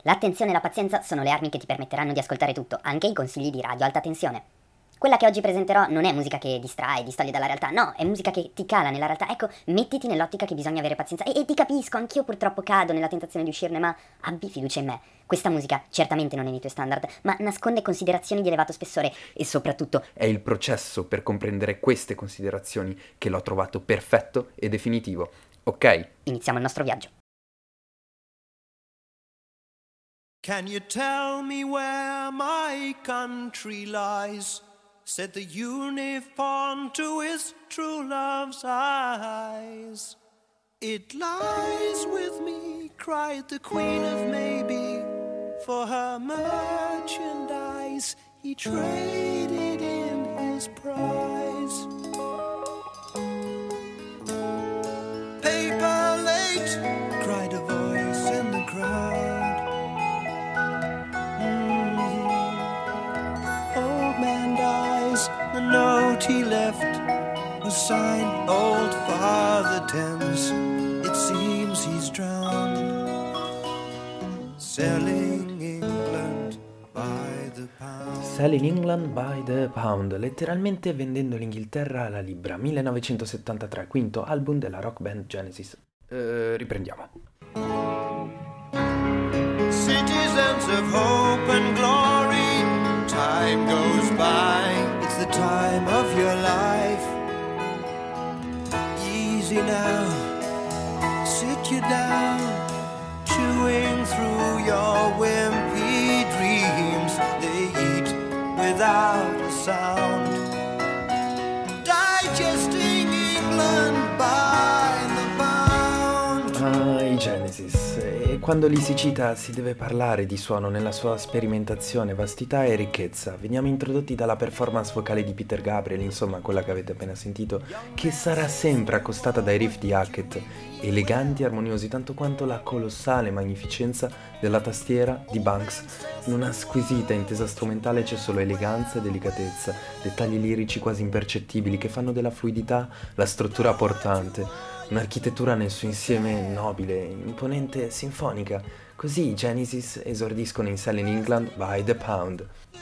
L'attenzione e la pazienza sono le armi che ti permetteranno di ascoltare tutto, anche i consigli di radio alta tensione. Quella che oggi presenterò non è musica che distrae, distoglie dalla realtà, no, è musica che ti cala nella realtà. Ecco, mettiti nell'ottica che bisogna avere pazienza e ti capisco, anch'io purtroppo cado nella tentazione di uscirne, ma abbi fiducia in me. Questa musica certamente non è nei tuoi standard, ma nasconde considerazioni di elevato spessore e soprattutto è il processo per comprendere queste considerazioni che l'ho trovato perfetto e definitivo. Ok? Iniziamo il nostro viaggio. Can you tell me where my country lies? Said the unicorn to his true love's eyes. It lies with me, cried the queen of maybe. For her merchandise he traded in his prize. Paper late, cried a voice in the crowd. Old man dies, the note he left was signed Old Father Thames. It seems he's drowned, selling England by the pound. Selling England by the Pound, letteralmente vendendo l'Inghilterra alla libra, 1973, quinto album della rock band Genesis. Riprendiamo. Citizens of hope and glory, time goes by, it's the time of your life. Easy now, sit you down, chewing through your wimpy dreams. They eat without a sound, digesting England by the pound. Ah, i Genesis. E quando li si cita si deve parlare di suono nella sua sperimentazione, vastità e ricchezza. Veniamo introdotti dalla performance vocale di Peter Gabriel, insomma quella che avete appena sentito, che sarà sempre accostata dai riff di Hackett, eleganti e armoniosi tanto quanto la colossale magnificenza della tastiera di Banks. In una squisita intesa strumentale c'è solo eleganza e delicatezza, dettagli lirici quasi impercettibili che fanno della fluidità la struttura portante. Un'architettura nel suo insieme nobile, imponente, sinfonica. Così i Genesis esordiscono in Selling England by the Pound.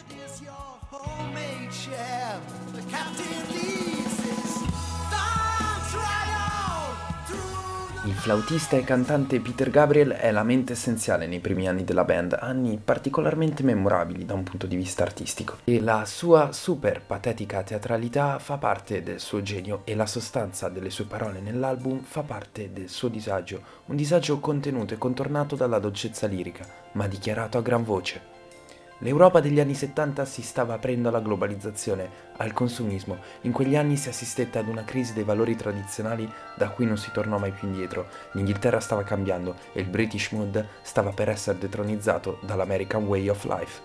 Il flautista e cantante Peter Gabriel è la mente essenziale nei primi anni della band, anni particolarmente memorabili da un punto di vista artistico. E la sua super patetica teatralità fa parte del suo genio e la sostanza delle sue parole nell'album fa parte del suo disagio, un disagio contenuto e contornato dalla dolcezza lirica, ma dichiarato a gran voce. L'Europa degli anni 70 si stava aprendo alla globalizzazione, al consumismo. In quegli anni si assistette ad una crisi dei valori tradizionali da cui non si tornò mai più indietro. L'Inghilterra stava cambiando e il British Mood stava per essere detronizzato dall'American Way of Life.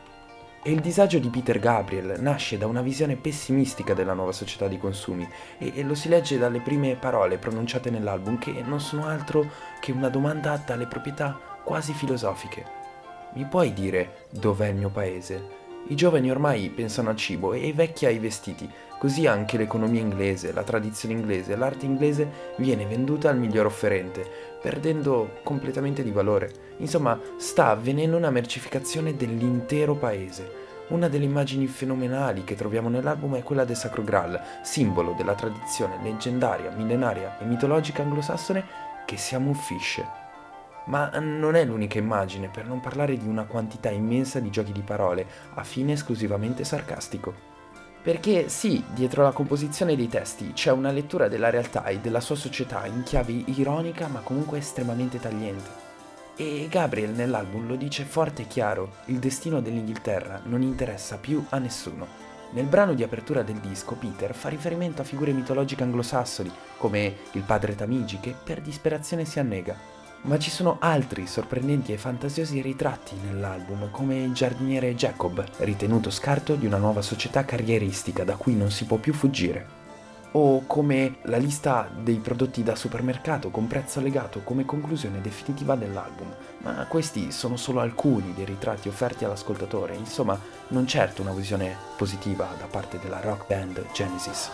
E il disagio di Peter Gabriel nasce da una visione pessimistica della nuova società di consumi e lo si legge dalle prime parole pronunciate nell'album, che non sono altro che una domanda dalle proprietà quasi filosofiche. Mi puoi dire dov'è il mio paese? I giovani ormai pensano al cibo e i vecchi ai vestiti, così anche l'economia inglese, la tradizione inglese, l'arte inglese viene venduta al miglior offerente, perdendo completamente di valore. Insomma, sta avvenendo una mercificazione dell'intero paese. Una delle immagini fenomenali che troviamo nell'album è quella del Sacro Graal, simbolo della tradizione leggendaria, millenaria e mitologica anglosassone che si ammuffisce. Ma non è l'unica immagine, per non parlare di una quantità immensa di giochi di parole a fine esclusivamente sarcastico. Perché sì, dietro la composizione dei testi c'è una lettura della realtà e della sua società in chiave ironica ma comunque estremamente tagliente. E Gabriel nell'album lo dice forte e chiaro: il destino dell'Inghilterra non interessa più a nessuno. Nel brano di apertura del disco, Peter fa riferimento a figure mitologiche anglosassoni, come il padre Tamigi, che per disperazione si annega. Ma ci sono altri sorprendenti e fantasiosi ritratti nell'album, come il giardiniere Jacob, ritenuto scarto di una nuova società carrieristica da cui non si può più fuggire. O come la lista dei prodotti da supermercato con prezzo allegato come conclusione definitiva dell'album. Ma questi sono solo alcuni dei ritratti offerti all'ascoltatore, insomma, non certo una visione positiva da parte della rock band Genesis.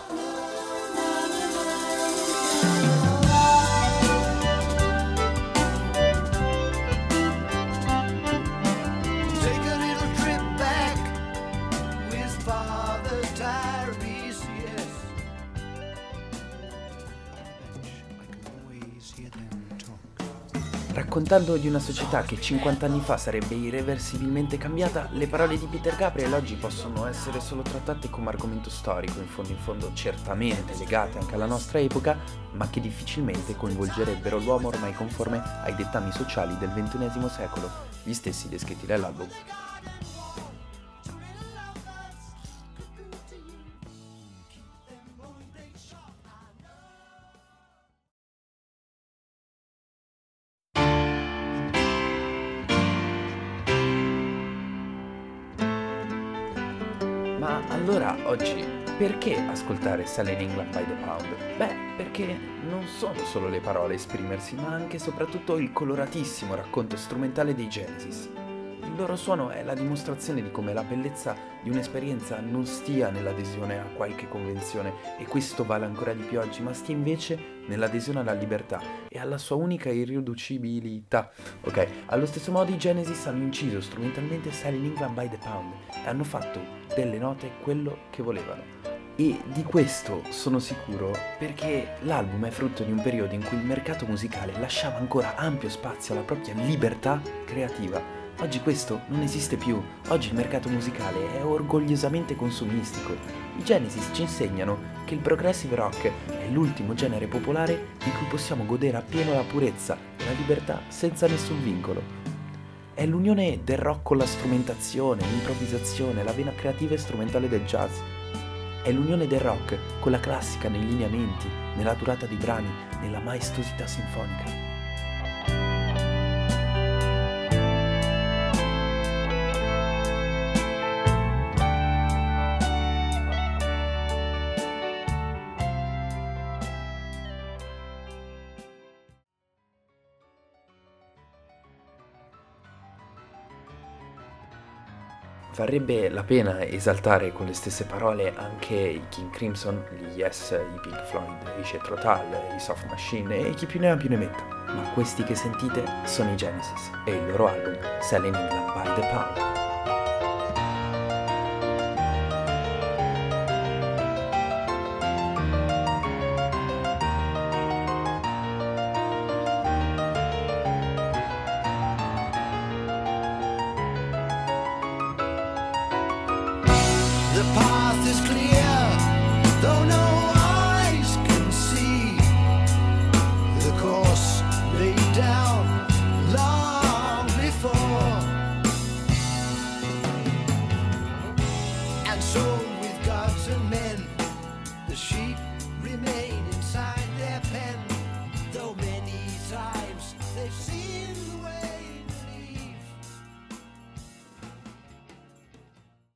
raccontando di una società che 50 anni fa sarebbe irreversibilmente cambiata, le parole di Peter Gabriel oggi possono essere solo trattate come argomento storico, in fondo certamente legate anche alla nostra epoca, ma che difficilmente coinvolgerebbero l'uomo ormai conforme ai dettami sociali del XXI secolo, gli stessi descritti nell'album. Ma allora oggi perché ascoltare Selling England by the Pound? Beh, perché non sono solo le parole a esprimersi, ma anche e soprattutto il coloratissimo racconto strumentale dei Genesis. Il loro suono è la dimostrazione di come la bellezza di un'esperienza non stia nell'adesione a qualche convenzione, e questo vale ancora di più oggi, ma stia invece nell'adesione alla libertà e alla sua unica irriducibilità. Ok, allo stesso modo i Genesis hanno inciso strumentalmente Selling England by the Pound e hanno fatto delle note quello che volevano. E di questo sono sicuro perché l'album è frutto di un periodo in cui il mercato musicale lasciava ancora ampio spazio alla propria libertà creativa. Oggi questo non esiste più, oggi il mercato musicale è orgogliosamente consumistico. I Genesis ci insegnano che il progressive rock è l'ultimo genere popolare di cui possiamo godere appieno la purezza e la libertà senza nessun vincolo. È l'unione del rock con la strumentazione, l'improvvisazione, la vena creativa e strumentale del jazz. È l'unione del rock con la classica nei lineamenti, nella durata dei brani, nella maestosità sinfonica. Varrebbe la pena esaltare con le stesse parole anche i King Crimson, gli Yes, i Pink Floyd, i Jethro Tull, i Soft Machine e chi più ne ha più ne metta. Ma questi che sentite sono i Genesis e il loro album Selling England by the Pound. The path is clear, though no eyes can see. The course laid down long before. And so with gods and men, the sheep remain in